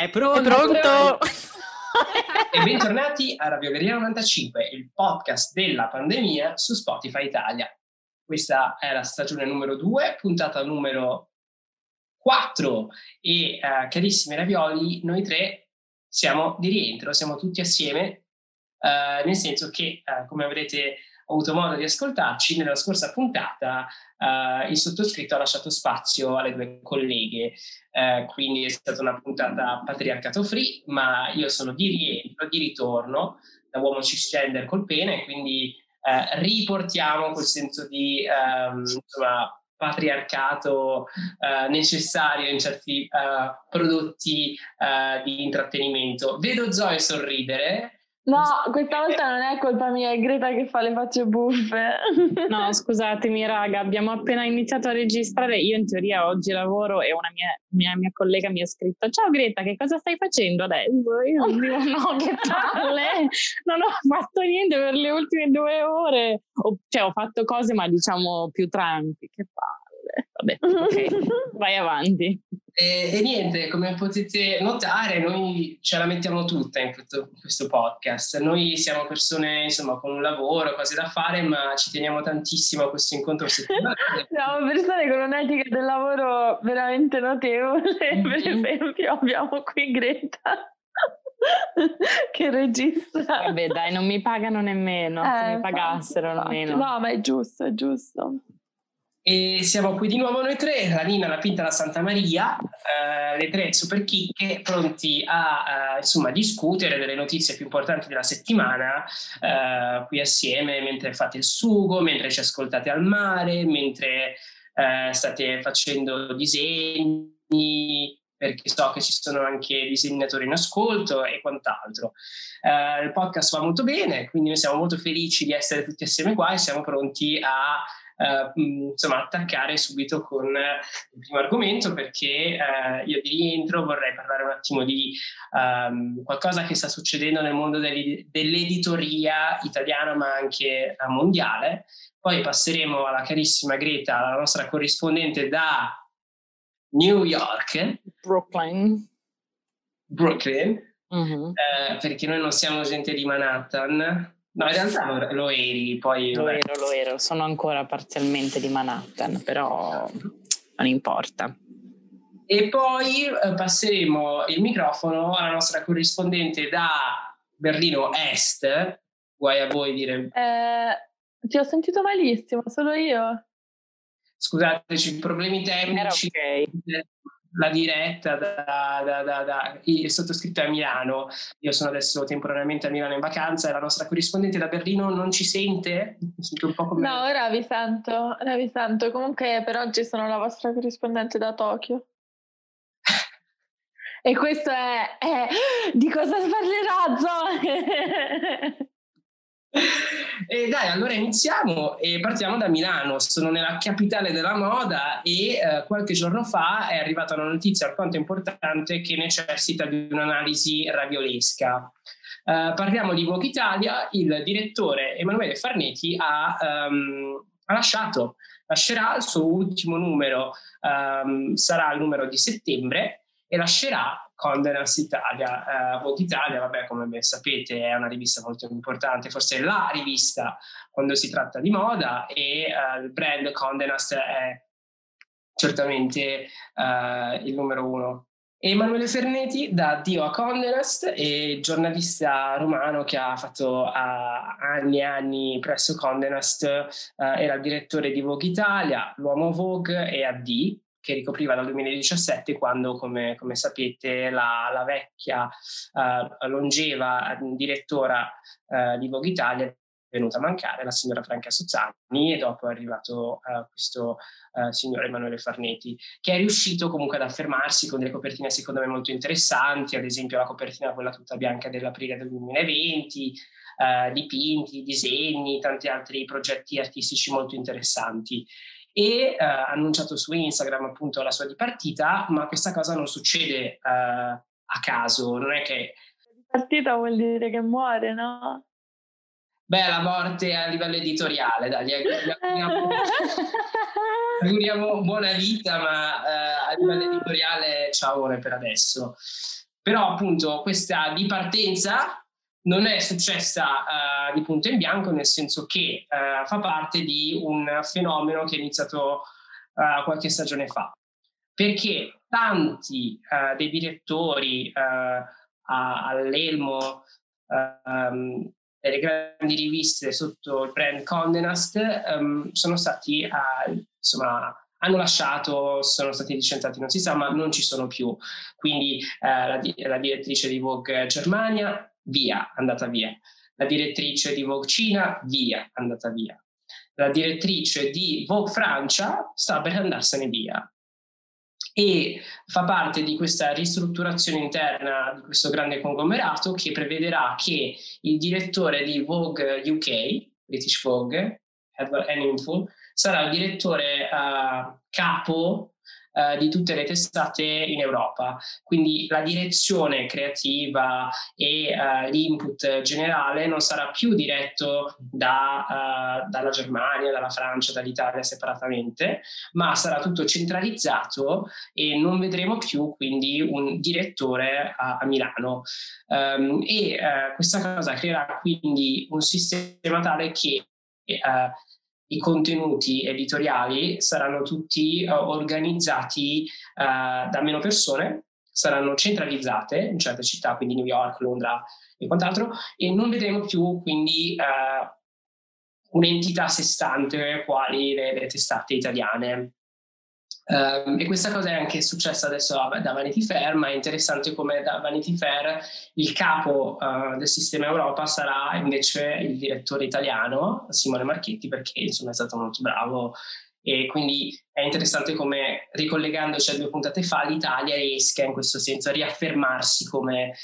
È pronto? È pronto? E bentornati a Ravioleria 95, il podcast della pandemia su Spotify Italia. Questa è la stagione numero 2, puntata numero 4 e carissimi ravioli, noi tre siamo di rientro, siamo tutti assieme, nel senso che, come avrete avuto modo di ascoltarci, nella scorsa puntata il sottoscritto ha lasciato spazio alle due colleghe, quindi è stata una puntata patriarcato free, ma io sono di rientro, di ritorno da uomo cisgender col pene, quindi riportiamo quel senso di patriarcato necessario in certi prodotti di intrattenimento. Vedo Zoe sorridere. No, questa volta non è colpa mia, è Greta che fa le facce buffe. No, scusatemi raga, abbiamo appena iniziato a registrare, io in teoria oggi lavoro e una mia collega mi ha scritto: ciao Greta, che cosa stai facendo adesso? Io dico no, che palle, non ho fatto niente per le ultime 2 ore, ho fatto cose ma diciamo più tranqui, che palle, vabbè, ok, vai avanti. E niente, come potete notare, noi ce la mettiamo tutta in questo podcast. Noi siamo persone, insomma, con un lavoro, cose da fare, ma ci teniamo tantissimo a questo incontro settimanale. Siamo persone con un'etica del lavoro veramente notevole. Per esempio, abbiamo qui Greta che registra. Vabbè, dai, non mi pagano nemmeno, se mi pagassero nemmeno. No, ma è giusto, è giusto. E siamo qui di nuovo noi tre, la Nina, la Pinta, la Santa Maria, le tre super chicche, pronti a insomma discutere delle notizie più importanti della settimana qui assieme, mentre fate il sugo, mentre ci ascoltate al mare, mentre state facendo disegni, perché so che ci sono anche disegnatori in ascolto e quant'altro. Il podcast va molto bene, quindi noi siamo molto felici di essere tutti assieme qua e siamo pronti a insomma attaccare subito con il primo argomento, perché io di rientro vorrei parlare un attimo di qualcosa che sta succedendo nel mondo dell'editoria italiana ma anche mondiale. Poi passeremo alla carissima Greta, la nostra corrispondente da New York, Brooklyn. Mm-hmm. Perché noi non siamo gente di Manhattan. No, in realtà lo eri, poi... Lo ero, sono ancora parzialmente di Manhattan, però non importa. E poi passeremo il microfono alla nostra corrispondente da Berlino Est. Vuoi a voi dire? Ti ho sentito malissimo, solo io. Scusateci, problemi tecnici. Okay. La diretta il sottoscritto è a Milano, io sono adesso temporaneamente a Milano in vacanza e la nostra corrispondente da Berlino non ci sente? Mi sento un po' come... No, ora vi sento. Comunque per oggi sono la vostra corrispondente da Tokyo. E questo è di cosa parlerà Zoe? E dai, allora iniziamo e partiamo da Milano. Sono nella capitale della moda e qualche giorno fa è arrivata una notizia alquanto importante che necessita di un'analisi raviolesca. Parliamo di Vogue Italia. Il direttore Emanuele Farneti lascerà il suo ultimo numero, sarà il numero di settembre, e lascerà Condé Nast Italia. Vogue Italia, vabbè, come ben sapete, è una rivista molto importante, forse la rivista quando si tratta di moda, e il brand Condé Nast è certamente il numero 1. Emanuele Farneti dà addio a Condé Nast, e giornalista romano che ha fatto anni e anni presso Condé Nast, era il direttore di Vogue Italia, l'uomo Vogue e AD, che ricopriva dal 2017, quando, come sapete, la vecchia longeva direttora di Vogue Italia è venuta a mancare, la signora Franca Sozzani, e dopo è arrivato questo signor Emanuele Farneti, che è riuscito comunque ad affermarsi con delle copertine secondo me molto interessanti, ad esempio la copertina quella tutta bianca dell'aprile del 2020, dipinti, disegni, tanti altri progetti artistici molto interessanti. E ha annunciato su Instagram appunto la sua dipartita, ma questa cosa non succede a caso, non è che... Dipartita vuol dire che muore, no? Beh, la morte a livello editoriale, dai, gli auguriamo buona vita, ma a livello editoriale ciao per adesso. Però appunto questa dipartenza non è successa di punto in bianco, nel senso che fa parte di un fenomeno che è iniziato qualche stagione fa, perché tanti dei direttori all'Elmo, delle grandi riviste sotto il brand Condé Nast, sono stati insomma, hanno lasciato, sono stati licenziati, non si sa, ma non ci sono più. Quindi la direttrice di Vogue Germania, via, andata via. La direttrice di Vogue Cina, via, andata via. La direttrice di Vogue Francia sta per andarsene via. E fa parte di questa ristrutturazione interna di questo grande conglomerato che prevederà che il direttore di Vogue UK, British Vogue, Edward Enninful, sarà il direttore capo di tutte le testate in Europa. Quindi la direzione creativa e l'input generale non sarà più diretto dalla Germania, dalla Francia, dall'Italia separatamente, ma sarà tutto centralizzato e non vedremo più quindi un direttore a Milano. Questa cosa creerà quindi un sistema tale che i contenuti editoriali saranno tutti organizzati da meno persone, saranno centralizzate in certe città, quindi New York, Londra e quant'altro, e non vedremo più quindi un'entità a sé stante quali le testate italiane. E questa cosa è anche successa adesso da Vanity Fair, ma è interessante come da Vanity Fair il capo del sistema Europa sarà invece il direttore italiano, Simone Marchetti, perché insomma è stato molto bravo, e quindi è interessante come, ricollegandoci a 2 puntate fa, l'Italia riesca in questo senso a riaffermarsi come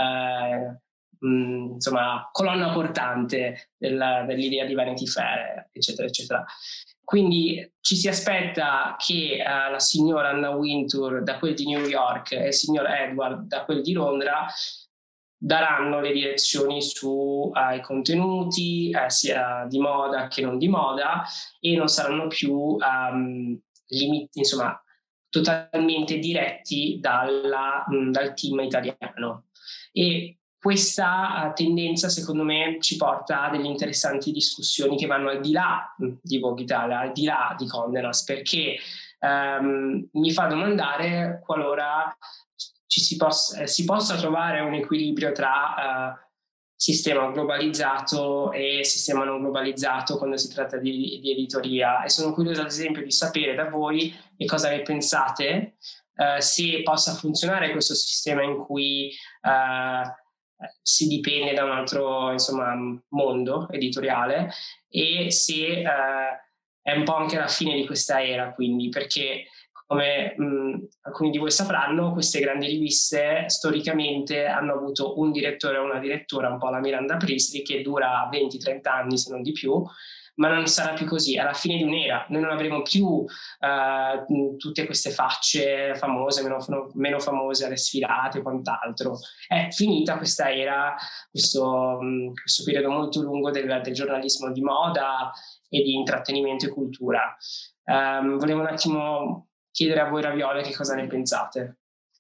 insomma colonna portante dell'idea di Vanity Fair, eccetera eccetera. Quindi ci si aspetta che la signora Anna Wintour da quel di New York e il signor Edward da quel di Londra daranno le direzioni sui contenuti, sia di moda che non di moda, e non saranno più insomma, totalmente diretti dal team italiano. E questa tendenza, secondo me, ci porta a delle interessanti discussioni che vanno al di là di Vogue Italia, al di là di Condé Nast, perché mi fa domandare qualora si possa trovare un equilibrio tra sistema globalizzato e sistema non globalizzato quando si tratta di editoria. E sono curiosa, ad esempio, di sapere da voi che cosa ne pensate, se possa funzionare questo sistema in cui si dipende da un altro, insomma, mondo editoriale, e se è un po' anche la fine di questa era, quindi, perché come alcuni di voi sapranno, queste grandi riviste storicamente hanno avuto un direttore o una direttora, un po' la Miranda Priestly, che dura 20-30 anni se non di più, ma non sarà più così. Alla fine di un'era noi non avremo più tutte queste facce famose, meno famose alle sfilate e quant'altro. È finita questa era, questo periodo molto lungo del giornalismo di moda e di intrattenimento e cultura. Volevo un attimo chiedere a voi, Raviole, che cosa ne pensate.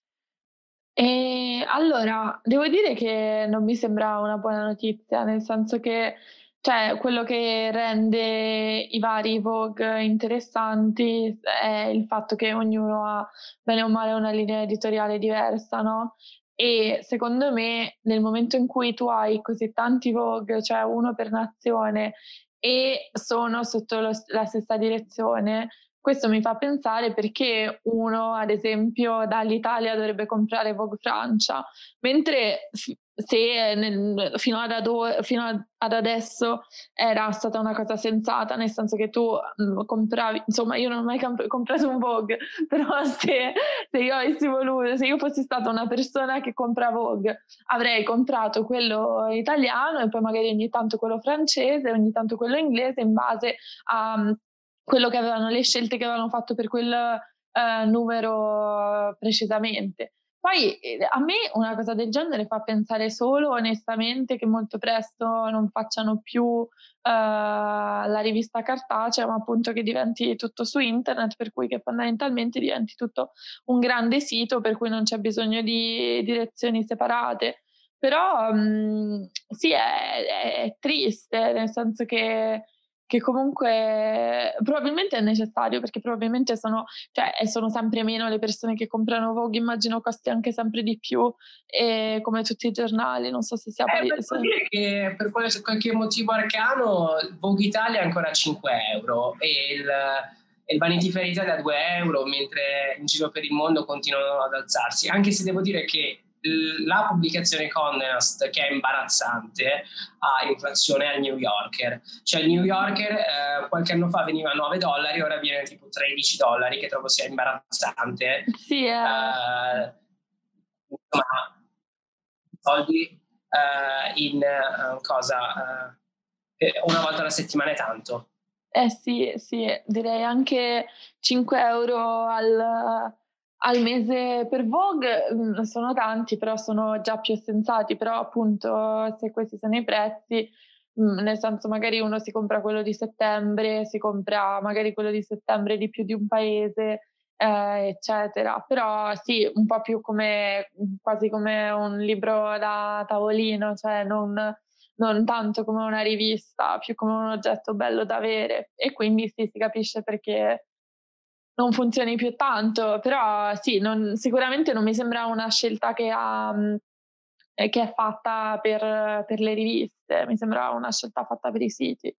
Allora, devo dire che non mi sembra una buona notizia, nel senso che quello che rende i vari Vogue interessanti è il fatto che ognuno ha bene o male una linea editoriale diversa, no? E secondo me nel momento in cui tu hai così tanti Vogue, cioè uno per nazione, e sono sotto la stessa direzione, questo mi fa pensare perché uno, ad esempio, dall'Italia dovrebbe comprare Vogue Francia, mentre se fino ad adesso era stata una cosa sensata, nel senso che tu compravi, insomma io non ho mai comprato un Vogue, però se io avessi voluto, se io fossi stata una persona che compra Vogue, avrei comprato quello italiano e poi magari ogni tanto quello francese, ogni tanto quello inglese, in base a quello che avevano, le scelte che avevano fatto per quel numero precisamente. Poi a me una cosa del genere fa pensare solo onestamente che molto presto non facciano più la rivista cartacea, ma appunto che diventi tutto su internet, per cui che fondamentalmente diventi tutto un grande sito per cui non c'è bisogno di direzioni separate. Però sì, è triste, nel senso che comunque probabilmente è necessario, perché probabilmente sono sempre meno le persone che comprano Vogue, immagino costi anche sempre di più, come tutti i giornali, non so se sia Posso palese. dire che per qualche motivo arcano Vogue Italia è ancora 5 euro e il Vanity Fair Italia a 2 euro, mentre in giro per il mondo continuano ad alzarsi, anche se devo dire che la pubblicazione Condé Nast, che è imbarazzante, ha inflazione al New Yorker. Cioè il New Yorker qualche anno fa veniva a $9, ora viene tipo $13, che trovo sia imbarazzante. Sì, Insomma, soldi in cosa una volta alla settimana è tanto. sì, sì, direi anche 5 euro al mese per Vogue, sono tanti, però sono già più sensati, però appunto se questi sono i prezzi, nel senso magari uno si compra quello di settembre, si compra magari quello di settembre di più di un paese, eccetera. Però sì, un po' più quasi come un libro da tavolino, cioè non tanto come una rivista, più come un oggetto bello da avere, e quindi sì, si capisce perché non funzioni più tanto, però sì, sicuramente non mi sembra una scelta che è fatta per le riviste, mi sembra una scelta fatta per i siti.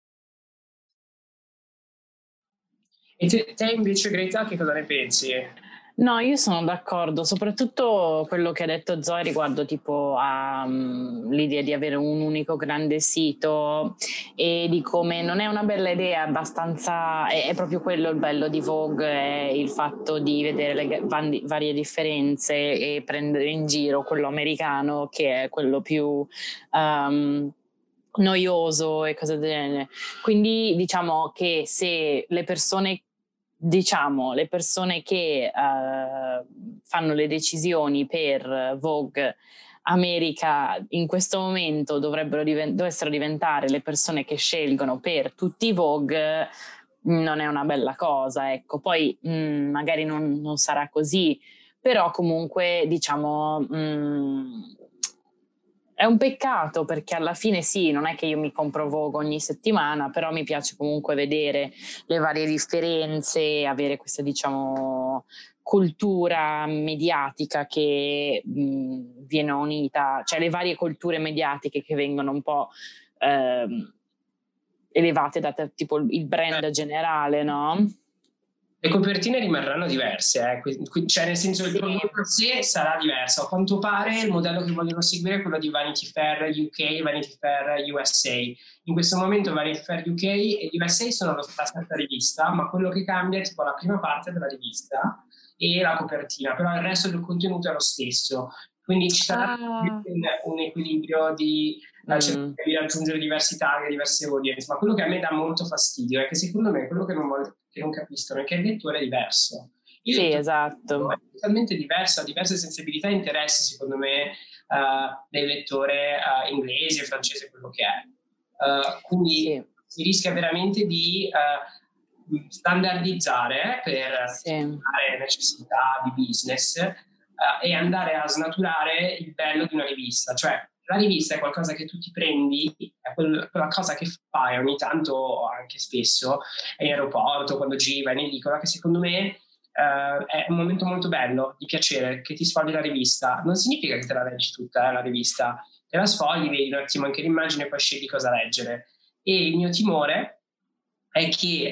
E te invece, Greta, che cosa ne pensi? No, io sono d'accordo, soprattutto quello che ha detto Zoe riguardo tipo l'idea di avere un unico grande sito e di come non è una bella idea, abbastanza, è proprio quello il bello di Vogue, è il fatto di vedere le varie differenze e prendere in giro quello americano che è quello più noioso e cose del genere. Quindi diciamo che se le persone che fanno le decisioni per Vogue America in questo momento dovessero diventare le persone che scelgono per tutti i Vogue, non è una bella cosa, ecco. Poi magari non sarà così, però comunque diciamo è un peccato, perché alla fine sì, non è che io mi compro Vogue ogni settimana, però mi piace comunque vedere le varie differenze, avere questa, diciamo, cultura mediatica che viene unita, cioè le varie culture mediatiche che vengono un po' elevate da tipo il brand generale, no? Le copertine rimarranno diverse, cioè nel senso il prodotto in sé sarà diverso. A quanto pare il modello che vogliono seguire è quello di Vanity Fair UK, Vanity Fair USA. In questo momento Vanity Fair UK e USA sono la stessa rivista, ma quello che cambia è tipo la prima parte della rivista e la copertina, però il resto del contenuto è lo stesso. Quindi ci sarà un equilibrio di cercare di raggiungere diversi target, diverse audience, ma quello che a me dà molto fastidio è che secondo me quello che non capiscono è che il lettore è diverso. Il Sì, lettore esatto. è totalmente diverso, ha diverse sensibilità e interessi, secondo me, del lettore inglese, francese, quello che è. Quindi si rischia veramente di standardizzare per soddisfare necessità di business e andare a snaturare il bello di una rivista. Cioè, la rivista è qualcosa che tu ti prendi, è quella cosa che fai ogni tanto, anche spesso, in aeroporto, quando giri, vai in edicola, che secondo me è un momento molto bello, di piacere, che ti sfogli la rivista. Non significa che te la leggi tutta, la rivista. Te la sfogli, vedi un attimo anche l'immagine e poi scegli cosa leggere. E il mio timore è che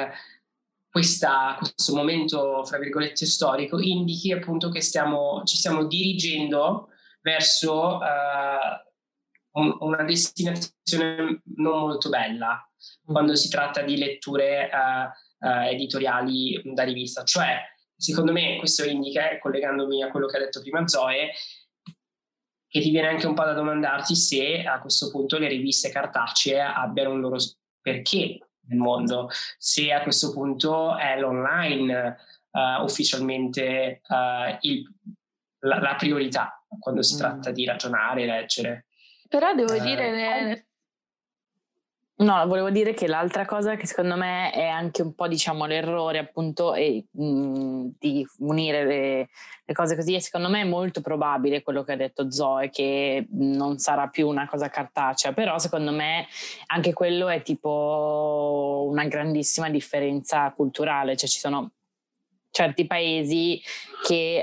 questo momento, fra virgolette, storico indichi appunto che ci stiamo dirigendo verso una destinazione non molto bella quando si tratta di letture editoriali da rivista. Cioè, secondo me questo indica, collegandomi a quello che ha detto prima Zoe, che ti viene anche un po' da domandarti se a questo punto le riviste cartacee abbiano un loro perché nel mondo, se a questo punto è l'online ufficialmente la priorità quando si tratta di ragionare e leggere. Però devo dire... No, volevo dire che l'altra cosa che secondo me è anche un po', diciamo, l'errore appunto di unire le cose così, e secondo me è molto probabile quello che ha detto Zoe, che non sarà più una cosa cartacea, però secondo me anche quello è tipo una grandissima differenza culturale, cioè ci sono certi paesi che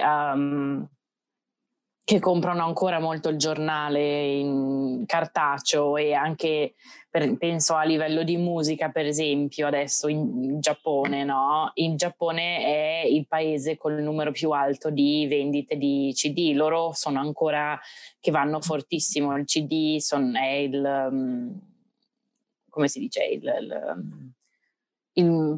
comprano ancora molto il giornale in cartaceo, e anche penso a livello di musica, per esempio adesso in Giappone, no? Il Giappone è il paese col numero più alto di vendite di CD, loro sono ancora che vanno fortissimo, il CD è il come si dice, il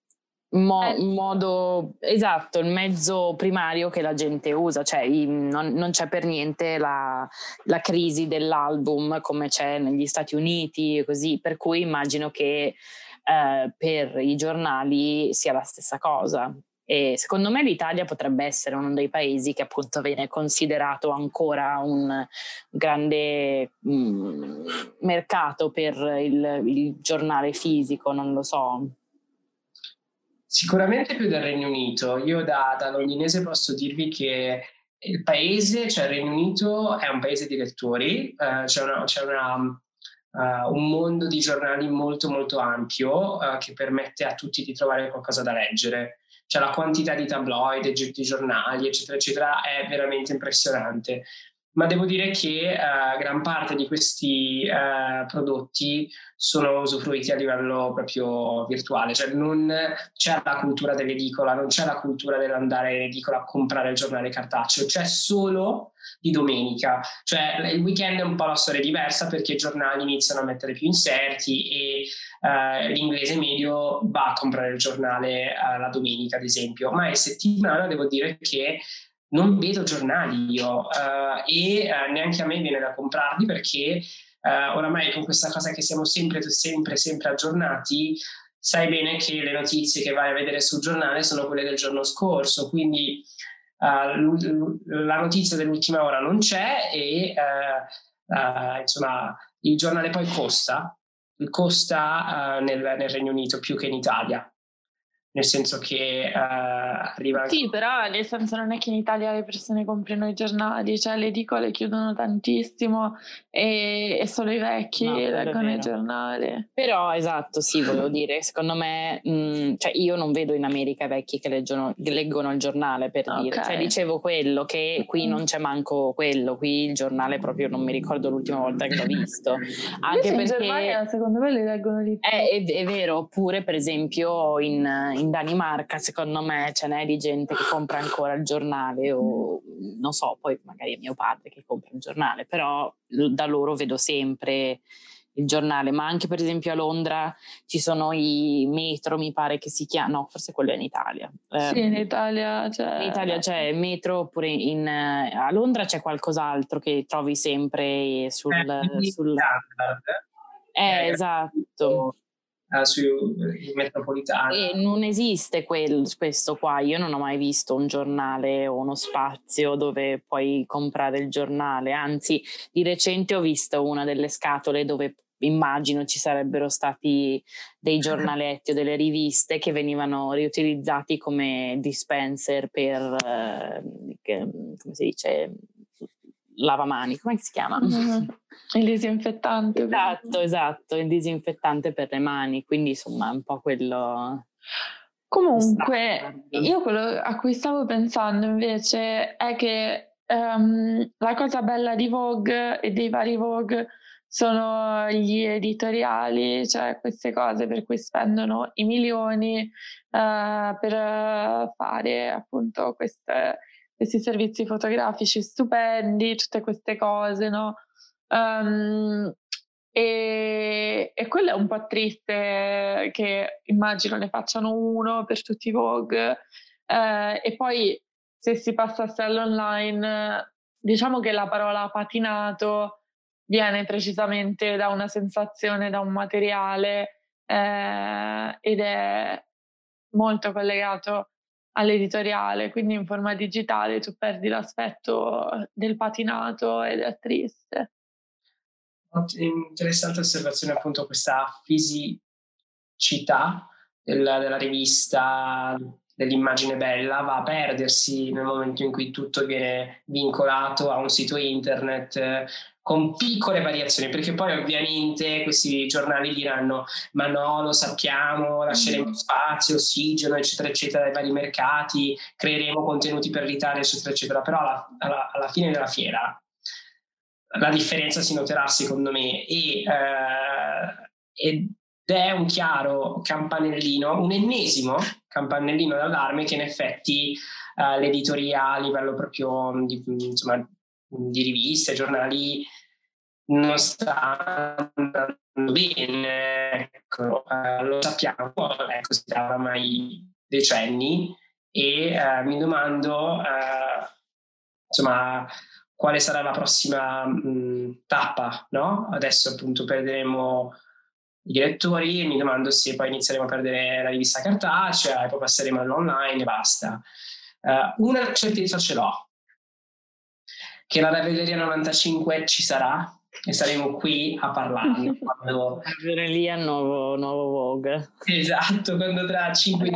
modo esatto, il mezzo primario che la gente usa, cioè non c'è per niente la crisi dell'album come c'è negli Stati Uniti e così, per cui immagino che per i giornali sia la stessa cosa. E secondo me l'Italia potrebbe essere uno dei paesi che appunto viene considerato ancora un grande mercato per il giornale fisico, non lo so. Sicuramente più del Regno Unito. Io da londinese posso dirvi che il paese, cioè il Regno Unito, è un paese di lettori, c'è un mondo di giornali molto molto ampio che permette a tutti di trovare qualcosa da leggere. Cioè la quantità di tabloid, di giornali, eccetera, eccetera, è veramente impressionante. Ma devo dire che gran parte di questi prodotti sono usufruiti a livello proprio virtuale, cioè non c'è la cultura dell'edicola, non c'è la cultura dell'andare in edicola a comprare il giornale cartaceo, c'è solo di domenica, cioè il weekend è un po' la storia diversa perché i giornali iniziano a mettere più inserti e l'inglese medio va a comprare il giornale la domenica ad esempio, ma in settimana devo dire che non vedo giornali io e neanche a me viene da comprarli perché oramai con questa cosa che siamo sempre aggiornati, sai bene che le notizie che vai a vedere sul giornale sono quelle del giorno scorso, quindi la notizia dell'ultima ora non c'è e insomma il giornale poi costa nel Regno Unito più che in Italia. Nel senso che arriva... Sì, però nel senso non è che in Italia le persone comprino i giornali, cioè le edicole chiudono tantissimo e solo i vecchi leggono il giornale. Però esatto, sì, volevo dire, secondo me, cioè io non vedo in America vecchi che leggono il giornale, per dire, cioè dicevo quello, che qui non c'è manco quello, qui il giornale proprio non mi ricordo l'ultima volta che l'ho visto. Anche perché in perché Germania secondo me li leggono di più. È vero, oppure per esempio in Danimarca secondo me ce n'è di gente che compra ancora il giornale, o non so, poi magari è mio padre che compra il giornale, però da loro vedo sempre il giornale. Ma anche per esempio a Londra ci sono i metro, mi pare che si chiama, no, forse quello è in Italia. Sì, in Italia c'è metro, oppure a Londra c'è qualcos'altro che trovi sempre sul standard. Esatto. Sui metropolitani. E non esiste questo qua, io non ho mai visto un giornale o uno spazio dove puoi comprare il giornale, anzi di recente ho visto una delle scatole dove immagino ci sarebbero stati dei giornaletti o delle riviste che venivano riutilizzati come dispenser per come si dice, lavamani, come si chiama? Il disinfettante. Esatto, il disinfettante per le mani, quindi insomma è un po' quello. Comunque, io quello a cui stavo pensando invece è che la cosa bella di Vogue e dei vari Vogue sono gli editoriali, cioè queste cose per cui spendono i milioni per fare appunto questi servizi fotografici stupendi, tutte queste cose, no? E quello è un po' triste, che immagino ne facciano uno per tutti i Vogue, e poi se si passasse all'online, diciamo che la parola patinato viene precisamente da una sensazione, da un materiale, ed è molto collegato all'editoriale, quindi in forma digitale tu perdi l'aspetto del patinato ed è triste. Interessante osservazione, appunto, questa fisicità della rivista, dell'immagine bella, va a perdersi nel momento in cui tutto viene vincolato a un sito internet, con piccole variazioni, perché poi ovviamente questi giornali diranno: ma no, lo sappiamo, lasceremo spazio, ossigeno, eccetera eccetera, ai vari mercati, creeremo contenuti per l'Italia, eccetera eccetera. Però alla fine della fiera la differenza si noterà, secondo me, ed è un chiaro campanellino, un ennesimo campanellino d'allarme che in effetti l'editoria a livello proprio di riviste, giornali, non sta andando bene. Ecco, lo sappiamo, ecco, si da ormai decenni, e mi domando insomma quale sarà la prossima tappa, no? Adesso appunto perderemo i direttori e mi domando se poi inizieremo a perdere la rivista cartacea e poi passeremo all'online e basta. Una certezza ce l'ho, che la Ravelleria 95 ci sarà e saremo qui a parlarne quando... Ravelleria nuovo Vogue. Esatto, quando tra 5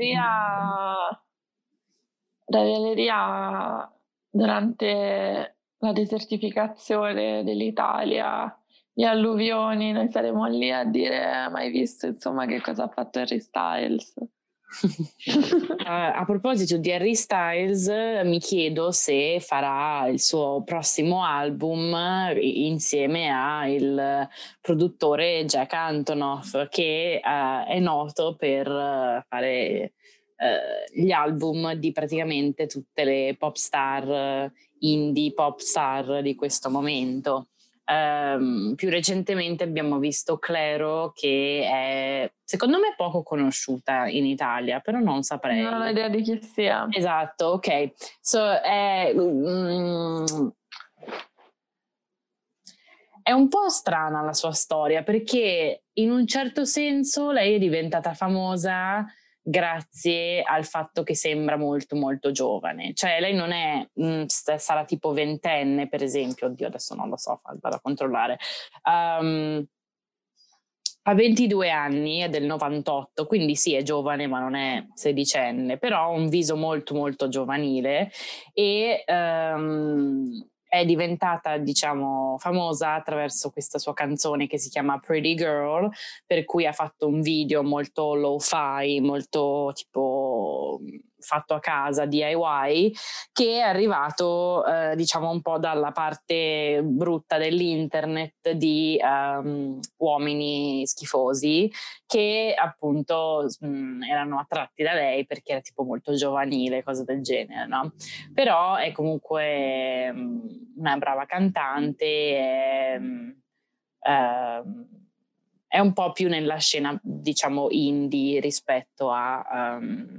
Ravelleria durante la desertificazione dell'Italia, gli alluvioni, noi saremo lì a dire: mai visto insomma che cosa ha fatto Harry Styles? A proposito di Harry Styles, mi chiedo se farà il suo prossimo album insieme al produttore Jack Antonoff, che è noto per fare gli album di praticamente tutte le pop star, indie pop star di questo momento. Più recentemente abbiamo visto Clairo, che è secondo me poco conosciuta in Italia, però non saprei. Non ho idea di chi sia. Esatto, ok. È un po' strana la sua storia, perché in un certo senso lei è diventata famosa grazie al fatto che sembra molto molto giovane. Cioè lei non è, sarà tipo ventenne per esempio, oddio adesso non lo so, vado a controllare. Ha 22 anni, è del 98, quindi sì, è giovane ma non è sedicenne, però ha un viso molto molto giovanile e è diventata, diciamo, famosa attraverso questa sua canzone che si chiama Pretty Girl, per cui ha fatto un video molto lo-fi, molto tipo fatto a casa, DIY, che è arrivato diciamo un po' dalla parte brutta dell'internet di uomini schifosi che appunto erano attratti da lei perché era tipo molto giovanile, cose del genere, no? Però è comunque una brava cantante, è un po' più nella scena, diciamo, indie rispetto a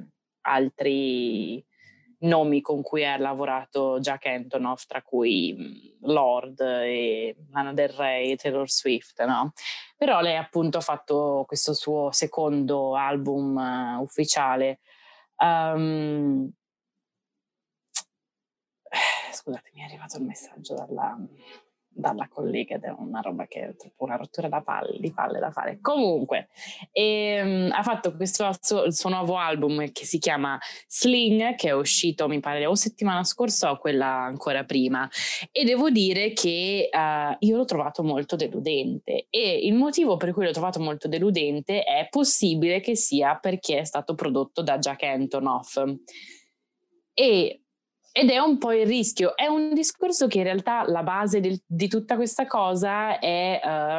altri nomi con cui ha lavorato Jack Antonoff, tra cui Lord e Lana Del Rey e Taylor Swift, no? Però lei appunto ha fatto questo suo secondo album ufficiale. Scusate, mi è arrivato il messaggio dalla collega ed è una roba che è troppo una rottura di palle da fare. Comunque, ha fatto questo il suo nuovo album che si chiama Sling, che è uscito mi pare o settimana scorsa o quella ancora prima, e devo dire che io l'ho trovato molto deludente, e il motivo per cui l'ho trovato molto deludente è possibile che sia perché è stato prodotto da Jack Antonoff. Ed è un po' il rischio, è un discorso che in realtà la base di tutta questa cosa è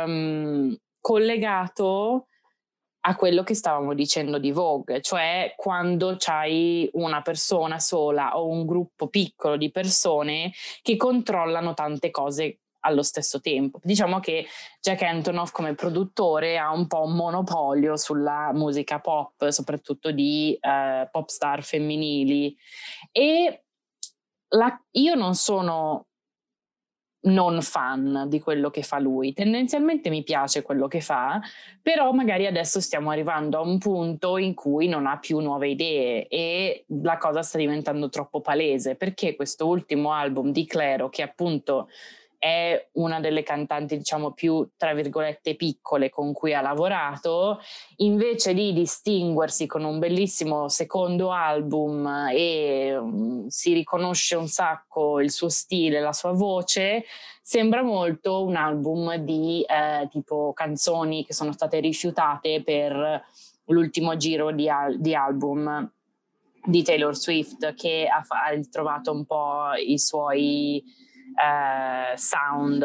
collegato a quello che stavamo dicendo di Vogue, cioè quando c'hai una persona sola o un gruppo piccolo di persone che controllano tante cose allo stesso tempo. Diciamo che Jack Antonoff come produttore ha un po' un monopolio sulla musica pop, soprattutto di pop star femminili, e io non sono non fan di quello che fa lui. Tendenzialmente mi piace quello che fa, però magari adesso stiamo arrivando a un punto in cui non ha più nuove idee e la cosa sta diventando troppo palese, perché questo ultimo album di Clairo, che appunto è una delle cantanti, diciamo, più, tra virgolette, piccole con cui ha lavorato, invece di distinguersi con un bellissimo secondo album e si riconosce un sacco il suo stile, la sua voce, sembra molto un album di tipo canzoni che sono state rifiutate per l'ultimo giro di album di Taylor Swift, che ha trovato un po' i suoi sound,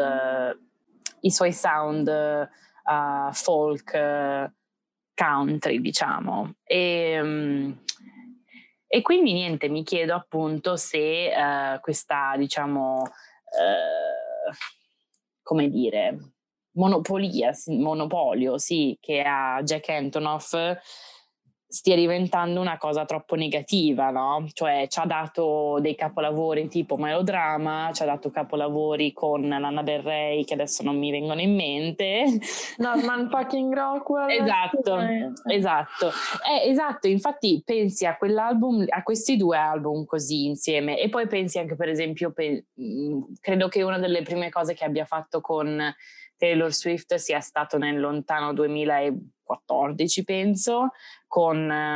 folk, country, diciamo. E quindi niente, mi chiedo appunto se questa, diciamo, come dire, monopolio, sì, che ha Jack Antonoff stia diventando una cosa troppo negativa, no? Cioè ci ha dato dei capolavori tipo Melodrama, ci ha dato capolavori con Lana Del Rey che adesso non mi vengono in mente. Norman fucking Rockwell. Esatto, infatti pensi a quell'album, a questi due album così insieme, e poi pensi anche per esempio, credo che una delle prime cose che abbia fatto con Taylor Swift sia stato nel lontano 2014, penso, con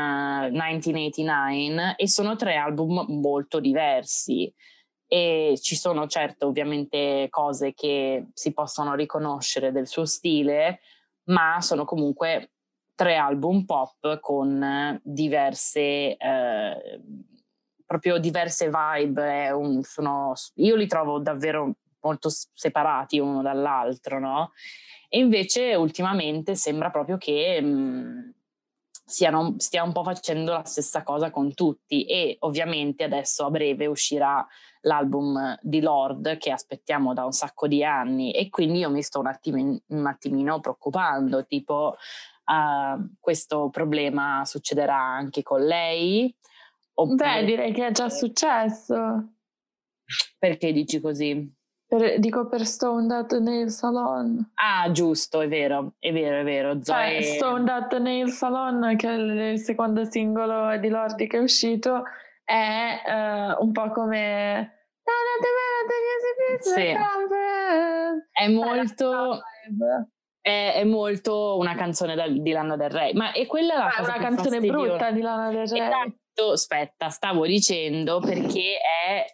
1989, e sono 3 album molto diversi e ci sono certo ovviamente cose che si possono riconoscere del suo stile, ma sono comunque 3 album pop con diverse proprio diverse vibe, io li trovo davvero molto separati uno dall'altro, no? E invece ultimamente sembra proprio che stia un po' facendo la stessa cosa con tutti, e ovviamente adesso a breve uscirà l'album di Lorde che aspettiamo da un sacco di anni, e quindi io mi sto un attimino preoccupando, tipo questo problema succederà anche con lei? Beh, direi che è già successo. Perché dici così? Dico per Stoned at the Nail Salon. Ah, giusto, è vero. Cioè, Stoned at the Nail Salon, che è il secondo singolo di Lordi che è uscito, è un po' come... Sì. È molto una canzone di Lana Del Rey, ma è quella la cosa una più canzone brutta di Lana Del Rey. Esatto, aspetta, stavo dicendo perché è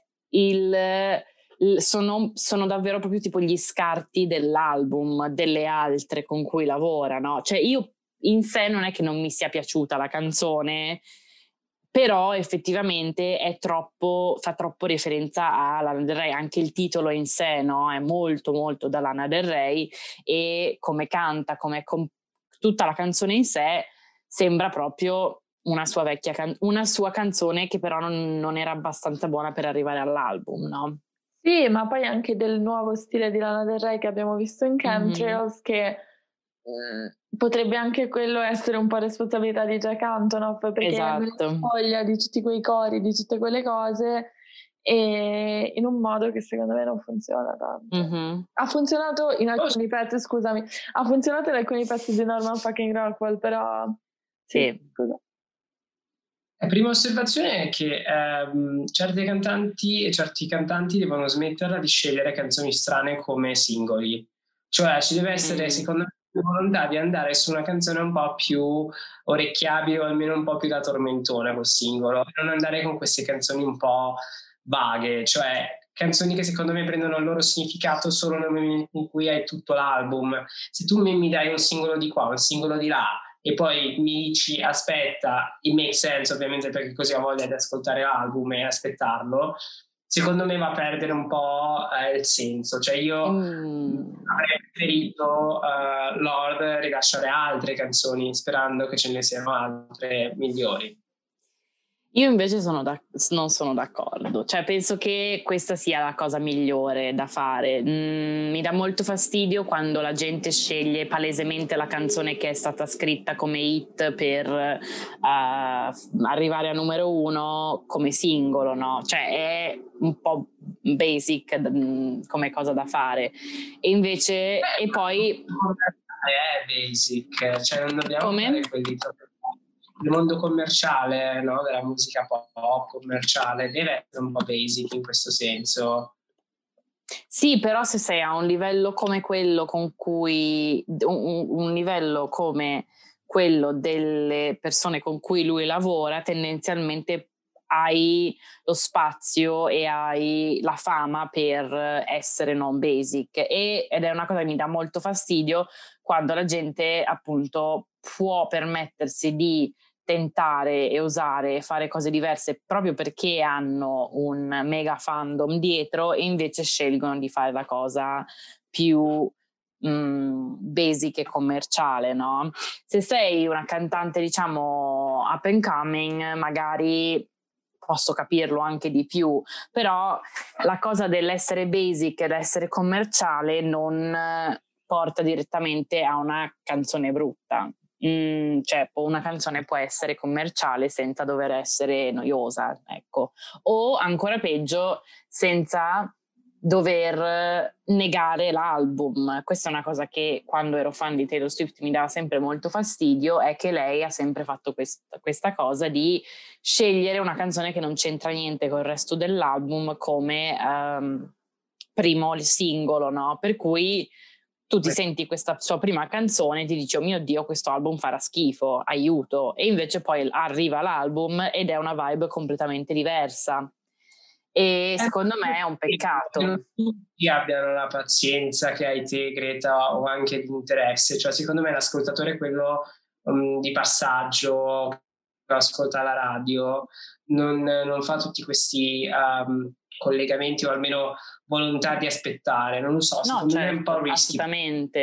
sono davvero proprio tipo gli scarti dell'album, delle altre con cui lavora, no? Cioè io in sé non è che non mi sia piaciuta la canzone, però effettivamente fa troppo riferenza a Lana Del Rey, anche il titolo in sé, no? È molto molto da Lana Del Rey, e come canta, tutta la canzone in sé sembra proprio una sua canzone che però non era abbastanza buona per arrivare all'album, no? Sì, ma poi anche del nuovo stile di Lana Del Rey che abbiamo visto in Chemtrails, che potrebbe anche quello essere un po' responsabilità di Jack Antonoff, perché spoglia di tutti quei cori, di tutte quelle cose, e in un modo che secondo me non funziona tanto. Ha funzionato in alcuni pezzi, scusami, ha funzionato in alcuni pezzi di Norman fucking Rockwell, però sì. Scusa. La prima osservazione è che certi cantanti e certi cantanti devono smetterla di scegliere canzoni strane come singoli. Cioè ci deve essere, secondo me, la volontà di andare su una canzone un po' più orecchiabile, o almeno un po' più da tormentone col singolo, e non andare con queste canzoni un po' vaghe, cioè canzoni che secondo me prendono il loro significato solo nel momento in cui hai tutto l'album. Se tu mi dai un singolo di qua, un singolo di là, e poi mi dici aspetta, it makes sense ovviamente, perché così ho voglia di ascoltare l'album e aspettarlo, secondo me va a perdere un po' il senso. Cioè io avrei preferito Lorde rilasciare altre canzoni sperando che ce ne siano altre migliori. Io invece non sono d'accordo, cioè penso che questa sia la cosa migliore da fare. Mi dà molto fastidio quando la gente sceglie palesemente la canzone che è stata scritta come hit per arrivare a numero 1 come singolo, no? Cioè è un po' basic come cosa da fare. E invece e poi è basic, cioè non dobbiamo come? fare quelli il mondo commerciale, no, della musica pop commerciale deve essere un po' basic in questo senso. Sì, però se sei a un livello come quello con cui un livello come quello delle persone con cui lui lavora, tendenzialmente hai lo spazio e hai la fama per essere non basic, ed è una cosa che mi dà molto fastidio quando la gente appunto può permettersi di tentare e osare e fare cose diverse proprio perché hanno un mega fandom dietro e invece scelgono di fare la cosa più basic e commerciale, no? Se sei una cantante, diciamo, up and coming, magari posso capirlo anche di più, però la cosa dell'essere basic e dell'essere commerciale non porta direttamente a una canzone brutta. Cioè una canzone può essere commerciale senza dover essere noiosa, ecco, o ancora peggio senza dover negare l'album. Questa è una cosa che quando ero fan di Taylor Swift mi dava sempre molto fastidio, è che lei ha sempre fatto questa cosa di scegliere una canzone che non c'entra niente col resto dell'album come primo singolo, no? Per cui tu ti senti questa sua prima canzone e ti dici, oh mio Dio, questo album farà schifo, aiuto, e invece poi arriva l'album ed è una vibe completamente diversa. E secondo me è un peccato. Non tutti abbiano la pazienza che hai te, Greta, o anche l'interesse. Cioè, secondo me l'ascoltatore è quello di passaggio che ascolta la radio, non fa tutti questi collegamenti o almeno volontà di aspettare. Non lo so, secondo me è un po' risky. Assolutamente.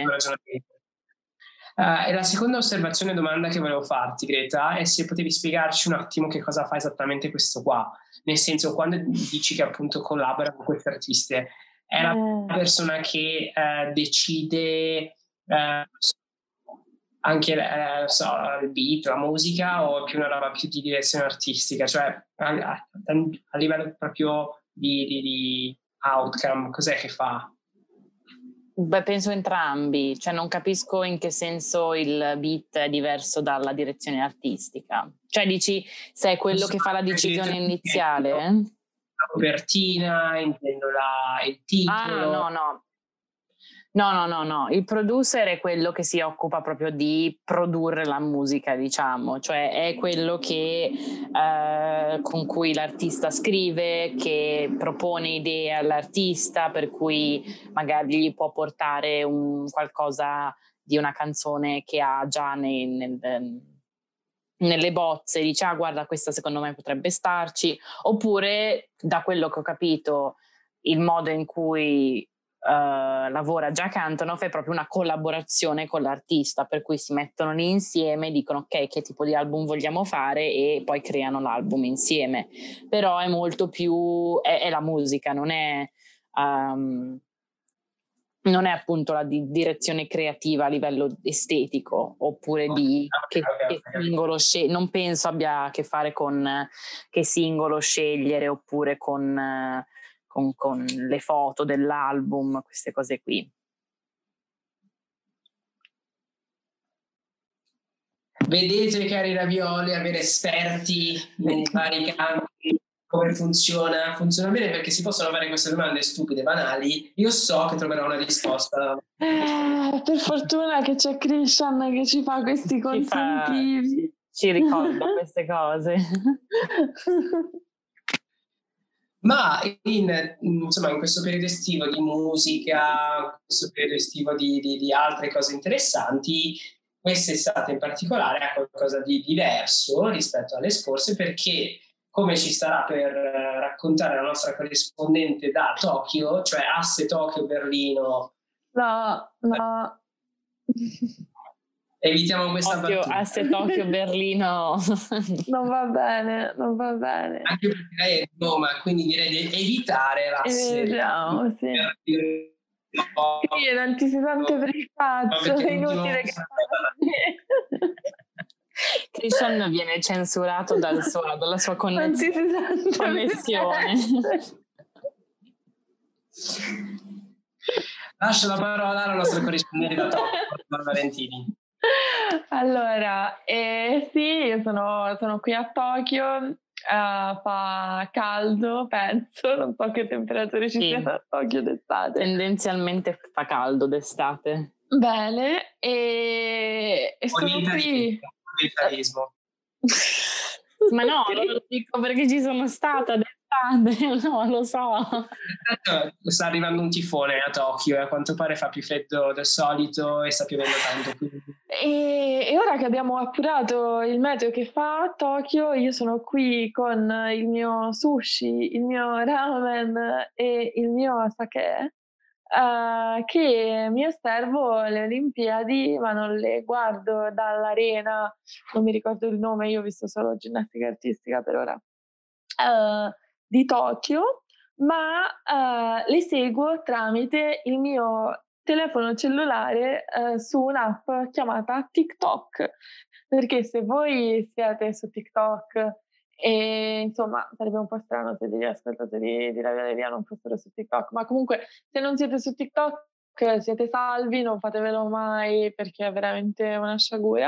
E la seconda osservazione e domanda che volevo farti, Greta, è se potevi spiegarci un attimo che cosa fa esattamente questo qua. Nel senso, quando dici che appunto collabora con queste artiste, è la persona che decide anche il beat, la musica, o è più una roba più di direzione artistica? Cioè, a livello proprio di outcome, cos'è che fa? Beh, penso entrambi, cioè non capisco in che senso il beat è diverso dalla direzione artistica. Cioè dici, se è quello che fa la decisione iniziale? La copertina, intendo il titolo. No. Il producer è quello che si occupa proprio di produrre la musica, diciamo, cioè è quello che con cui l'artista scrive, che propone idee all'artista, per cui magari gli può portare qualcosa di una canzone che ha già nelle bozze, dice guarda, questa secondo me potrebbe starci, oppure da quello che ho capito il modo in cui lavora Jack Antonoff è proprio una collaborazione con l'artista, per cui si mettono lì insieme, dicono ok, che tipo di album vogliamo fare e poi creano l'album insieme. Però è molto più è la musica, non è appunto la direzione creativa a livello estetico, oppure che singolo non penso abbia a che fare con che singolo scegliere, oppure con le foto dell'album, queste cose qui. Vedete, cari ravioli, avere esperti nei vari campi, come funziona bene, perché si possono fare queste domande stupide, banali. Io so che troverò una risposta. Per fortuna che c'è Christian che ci fa questi consuntivi. Ci ricorda queste cose. Ma in questo periodo estivo di musica, in questo periodo estivo di altre cose interessanti, quest'estate in particolare ha qualcosa di diverso rispetto alle scorse, perché come ci starà per raccontare la nostra corrispondente da Tokyo, cioè asse Tokyo-Berlino. No. Evitiamo questa battuta. Asse Tokyo-Berlino. Non va bene. Anche perché lei è di Roma, quindi direi di evitare l'asse. Vediamo, sì. Non ti si sente per il cazzo, è inutile che Christian viene censurato dalla sua connessione. Lascio la parola alla nostra corrispondente da Tokyo, Valentini. Allora, sì, io sono qui a Tokyo, fa caldo, penso, non so che temperature ci siano a Tokyo d'estate. Tendenzialmente fa caldo d'estate. Bene, e sono qui. Ma no, lo dico perché ci sono stata d'estate, no, lo so. Sta arrivando un tifone a Tokyo e a quanto pare fa più freddo del solito e sta piovendo tanto. Quindi. E ora che abbiamo appurato il meteo che fa a Tokyo, io sono qui con il mio sushi, il mio ramen e il mio sake, che mi osservo le Olimpiadi, ma non le guardo dall'arena, non mi ricordo il nome, io ho visto solo ginnastica artistica per ora, di Tokyo, ma le seguo tramite il mio telefono cellulare su un'app chiamata TikTok, perché se voi siete su TikTok e insomma sarebbe un po' strano se degli ascoltatori di Radio Alegria non fossero su TikTok, ma comunque se non siete su TikTok siete salvi, non fatevelo mai perché è veramente una sciagura.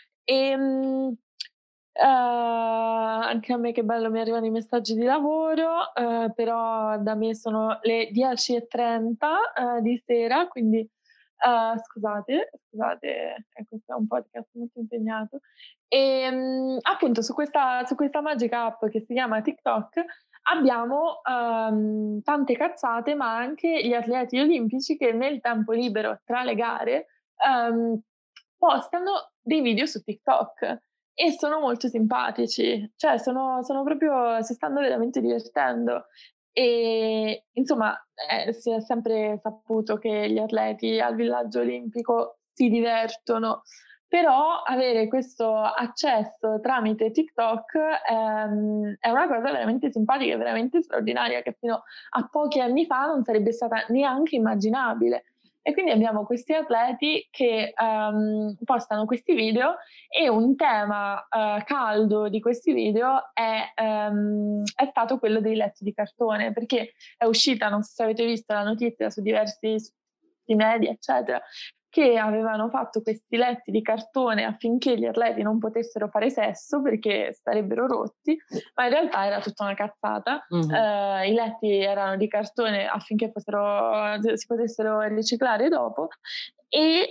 Anche a me che bello mi arrivano i messaggi di lavoro, però da me sono le 10:30 di sera, quindi scusate, questo è un podcast molto impegnato. Appunto su questa magica app che si chiama TikTok abbiamo tante cazzate, ma anche gli atleti olimpici che nel tempo libero tra le gare postano dei video su TikTok. E sono molto simpatici, cioè sono proprio si stanno veramente divertendo. E insomma, si è sempre saputo che gli atleti al villaggio olimpico si divertono, però avere questo accesso tramite TikTok, è una cosa veramente simpatica e veramente straordinaria che fino a pochi anni fa non sarebbe stata neanche immaginabile. E quindi abbiamo questi atleti che postano questi video e un tema caldo di questi video è stato quello dei letti di cartone, perché è uscita, non so se avete visto la notizia su diversi media, eccetera, che avevano fatto questi letti di cartone affinché gli atleti non potessero fare sesso perché starebbero rotti, ma in realtà era tutta una cazzata. I letti erano di cartone affinché si potessero riciclare dopo e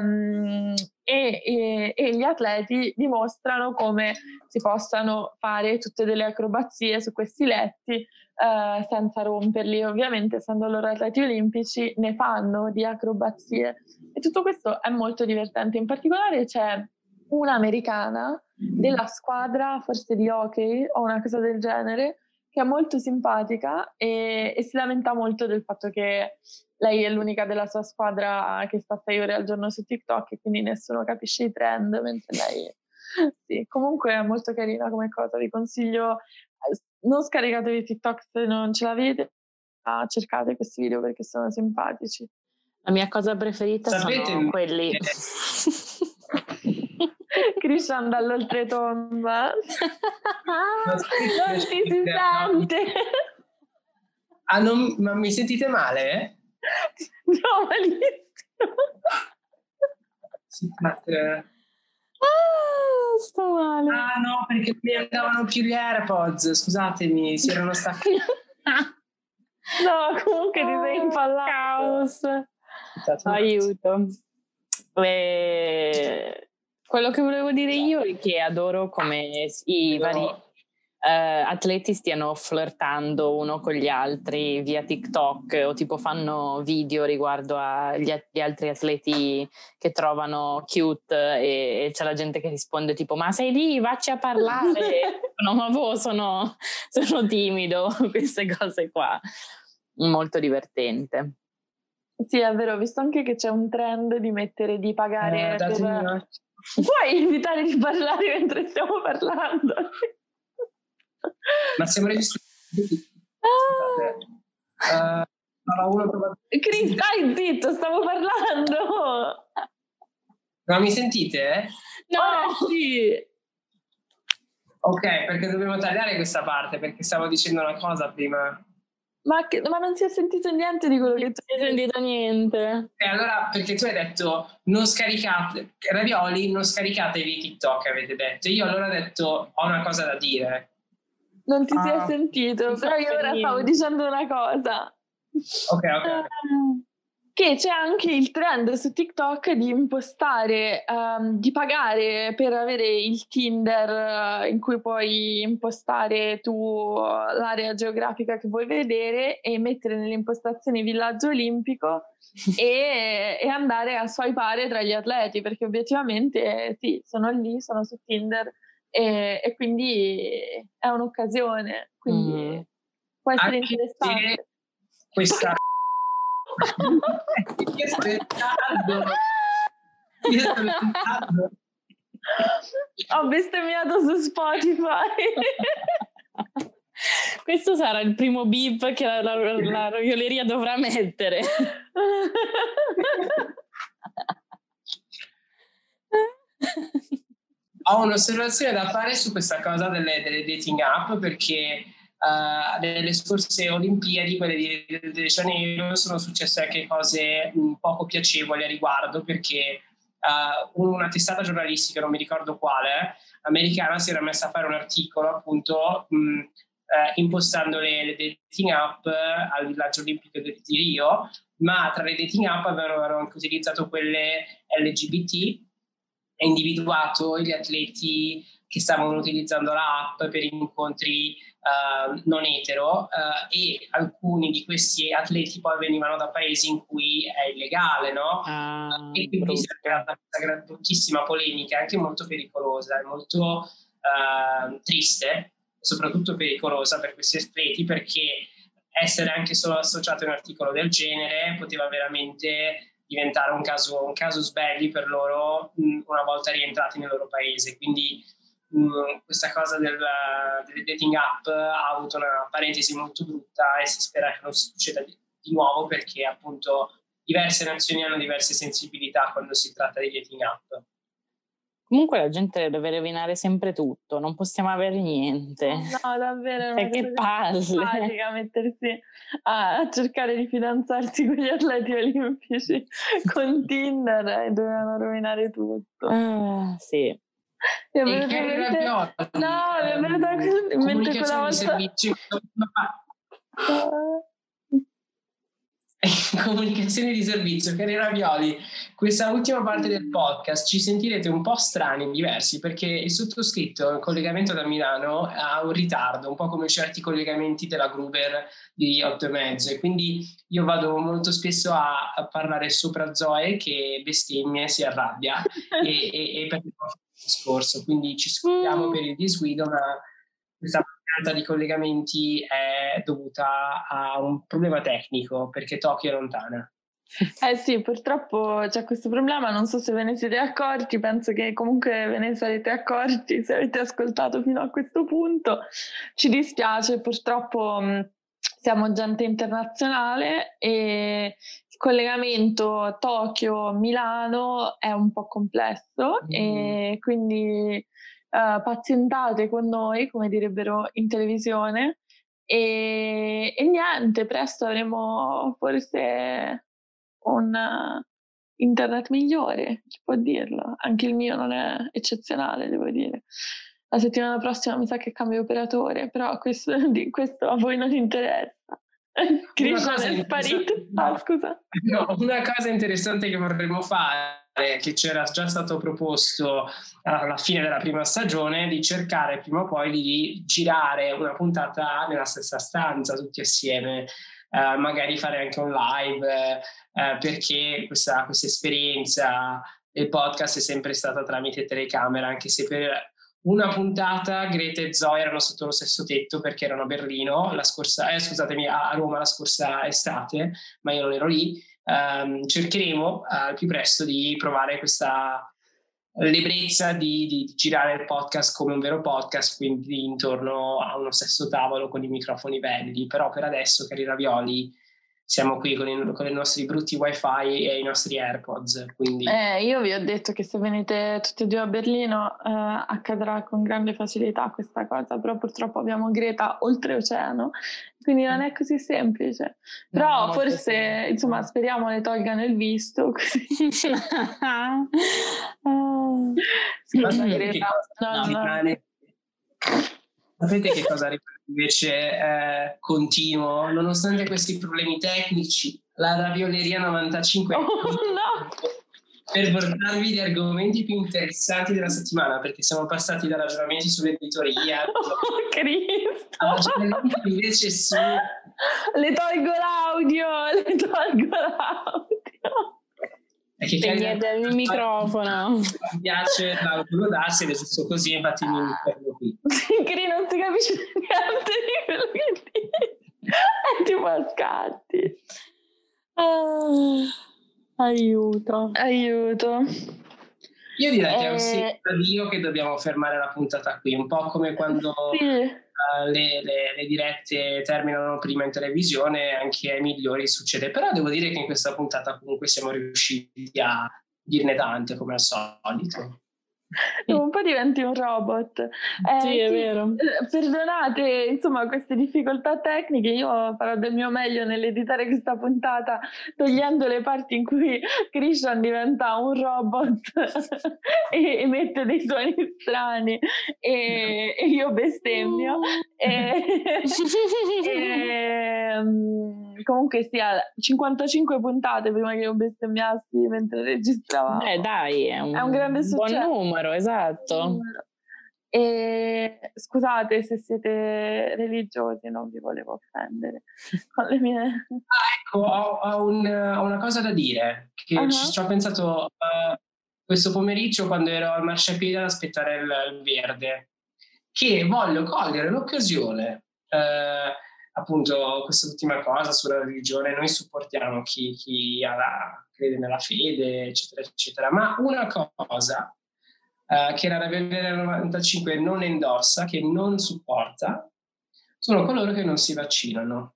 gli atleti dimostrano come si possano fare tutte delle acrobazie su questi letti senza romperli. Ovviamente, essendo loro atleti olimpici, ne fanno di acrobazie. E tutto questo è molto divertente. In particolare c'è un'americana della squadra, forse di hockey o una cosa del genere, che è molto simpatica e si lamenta molto del fatto che lei è l'unica della sua squadra che sta 6 ore al giorno su TikTok e quindi nessuno capisce i trend, mentre lei... Sì, comunque è molto carina come cosa, vi consiglio, non scaricatevi TikTok se non ce l'avete, ma cercate questi video perché sono simpatici. La mia cosa preferita sono quelli... Christian dall'oltretomba. Non ti si sente. Ma mi sentite male? No, malissimo. Sto male. Ah no, perché mi andavano più gli AirPods, scusatemi, si erano staccati. No, comunque ti sei impallato. Caos. Aiuto. Quello che volevo dire io è che adoro come i vari atleti stiano flirtando uno con gli altri via TikTok o tipo fanno video riguardo agli altri atleti che trovano cute e c'è la gente che risponde tipo ma sei lì, vacci a parlare. No, ma sono timido, queste cose qua, molto divertente. Sì, è vero, ho visto anche che c'è un trend di mettere di pagare Puoi evitare di parlare mentre stiamo parlando? Ma siamo registrati? Chris, stai zitto, stavo parlando! Ma mi sentite? No! Sì! Ok, perché dobbiamo tagliare questa parte, perché stavo dicendo una cosa prima. Ma non si è sentito niente di quello che tu hai sentito niente. E allora, perché tu hai detto non scaricate ravioli, non scaricatevi TikTok, avete detto. Io allora ho detto ho una cosa da dire. non ti si è sentito, però io ora stavo dicendo una cosa. Ok. Che c'è anche il trend su TikTok di impostare, di pagare per avere il Tinder in cui puoi impostare tu l'area geografica che vuoi vedere e mettere nelle impostazioni villaggio olimpico e andare a swipare tra gli atleti, perché obiettivamente sì, sono lì, sono su Tinder e quindi è un'occasione, quindi può essere Anche interessante. Questa io sto entrando. Ho bestemmiato su Spotify. Questo sarà il primo beep che la ravioleria dovrà mettere. Ho un'osservazione da fare su questa cosa delle dating app, perché nelle scorse Olimpiadi, quelle di Rio de Janeiro, sono successe anche cose poco piacevoli a riguardo, perché una testata giornalistica, non mi ricordo quale, americana, si era messa a fare un articolo appunto impostando le dating app al villaggio olimpico di Rio, ma tra le dating app avevano anche utilizzato quelle LGBT e individuato gli atleti che stavano utilizzando la app per incontri non etero e alcuni di questi atleti poi venivano da paesi in cui è illegale, no? E quindi si è creata questa bruttissima polemica, anche molto pericolosa e molto triste, soprattutto pericolosa per questi atleti, perché essere anche solo associato a un articolo del genere poteva veramente diventare un casus belli per loro una volta rientrati nel loro paese. Quindi questa cosa delle dating app ha avuto una parentesi molto brutta e si spera che non succeda di nuovo, perché appunto diverse nazioni hanno diverse sensibilità quando si tratta di dating app. Comunque la gente deve rovinare sempre tutto, non possiamo avere niente. No, davvero. Cioè, che palle. Mettersi a cercare di fidanzarsi con gli atleti olimpici con Tinder e dovevano rovinare tutto. Sì. Mi è venuto in mente... No, mi è venuta in mente quella volta... Comunicazione di servizio, cari ravioli, questa ultima parte del podcast ci sentirete un po' strani, diversi, perché il sottoscritto, il collegamento da Milano, ha un ritardo, un po' come certi collegamenti della Gruber di 8:30, e quindi io vado molto spesso a parlare sopra Zoe che bestemmia e si arrabbia e per il discorso, quindi ci scusiamo per il disguido, ma questa di collegamenti è dovuta a un problema tecnico, perché Tokyo è lontana. Sì, purtroppo c'è questo problema, non so se ve ne siete accorti, penso che comunque ve ne sarete accorti se avete ascoltato fino a questo punto. Ci dispiace, purtroppo siamo gente internazionale e il collegamento Tokyo-Milano è un po' complesso e quindi pazientate con noi, come direbbero in televisione, e niente, presto avremo forse un internet migliore, chi può dirlo? Anche il mio non è eccezionale, devo dire. La settimana prossima mi sa che cambio operatore, però questo a voi non interessa. Christian è sparito. Scusa. No, una cosa interessante che vorremmo fare, che c'era già stato proposto alla fine della prima stagione, di cercare prima o poi di girare una puntata nella stessa stanza tutti assieme, magari fare anche un live, perché questa esperienza del podcast è sempre stata tramite telecamera, anche se per una puntata Greta e Zoe erano sotto lo stesso tetto perché erano a Berlino a Roma la scorsa estate, ma io non ero lì. Cercheremo al più presto di provare questa l'ebbrezza di girare il podcast come un vero podcast, quindi intorno a uno stesso tavolo con i microfoni belli. Però per adesso, cari ravioli, siamo qui con i nostri brutti wifi e i nostri AirPods, quindi... Io vi ho detto che se venite tutti e due a Berlino accadrà con grande facilità questa cosa, però purtroppo abbiamo Greta oltreoceano, quindi non è così semplice. Però No, forse, insomma, speriamo ne tolgano il visto, così. Scusa Greta. Sapete che cosa invece continuo? Nonostante questi problemi tecnici, la Ravioleria 95 Oh no! per portarvi gli argomenti più interessanti della settimana, perché siamo passati da ragionamenti sull'editoria Oh Cristo! a ragionamenti invece su... Le tolgo l'audio! Spegnete il microfono. Mi piace l'autodarsi ed è giusto così, infatti mi fermo qui. Cri non si capisce niente di quello che dici. È tipo a scatti. Aiuto. Io direi che è un segno da Dio che dobbiamo fermare la puntata qui, un po' come quando le dirette terminano prima in televisione, anche ai migliori succede, però devo dire che in questa puntata comunque siamo riusciti a dirne tante come al solito. Un po' diventi un robot. Sì, è vero. Perdonate, insomma, queste difficoltà tecniche. Io farò del mio meglio nell'editare questa puntata, togliendo le parti in cui Christian diventa un robot e emette dei suoni strani e io bestemmio. Comunque sia 55 puntate prima che io bestemmiassi mentre registravamo. Dai, è un grande successo. Buon numero, esatto. E scusate se siete religiosi, non vi volevo offendere con le mie... Ecco, ho una cosa da dire, che ci ho pensato questo pomeriggio quando ero al marciapiede ad aspettare il verde, che voglio cogliere l'occasione, appunto quest'ultima cosa sulla religione. Noi supportiamo chi crede nella fede, eccetera, eccetera, ma una cosa che la Ravioleria 95 non endorsa, che non supporta, sono coloro che non si vaccinano.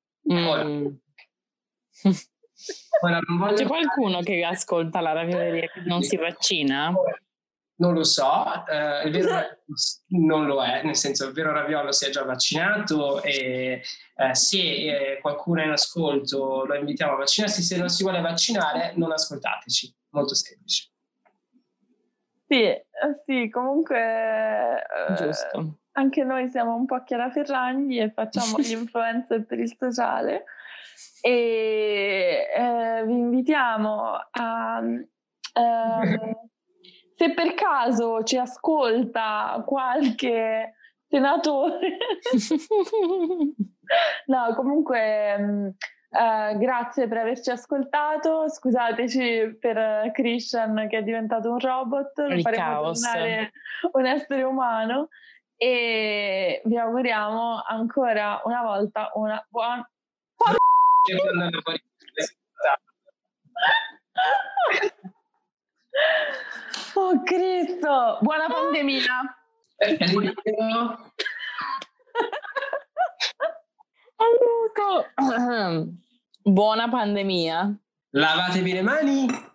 Ora, c'è qualcuno che ascolta la Ravioleria che non si vaccina? Non lo so, il vero non lo è, nel senso il vero Raviolo si è già vaccinato e se qualcuno è in ascolto lo invitiamo a vaccinarsi, se non si vuole vaccinare non ascoltateci, molto semplice. Sì, comunque giusto. Anche noi siamo un po' Chiara Ferragni e facciamo gli influencer per il sociale e vi invitiamo a se per caso ci ascolta qualche senatore no, comunque grazie per averci ascoltato, scusateci per Christian che è diventato un robot, lo faremo tornare un essere umano e vi auguriamo ancora una volta una buona oh Cristo, buona pandemia. Aiuto. Buona pandemia. Lavatevi le mani.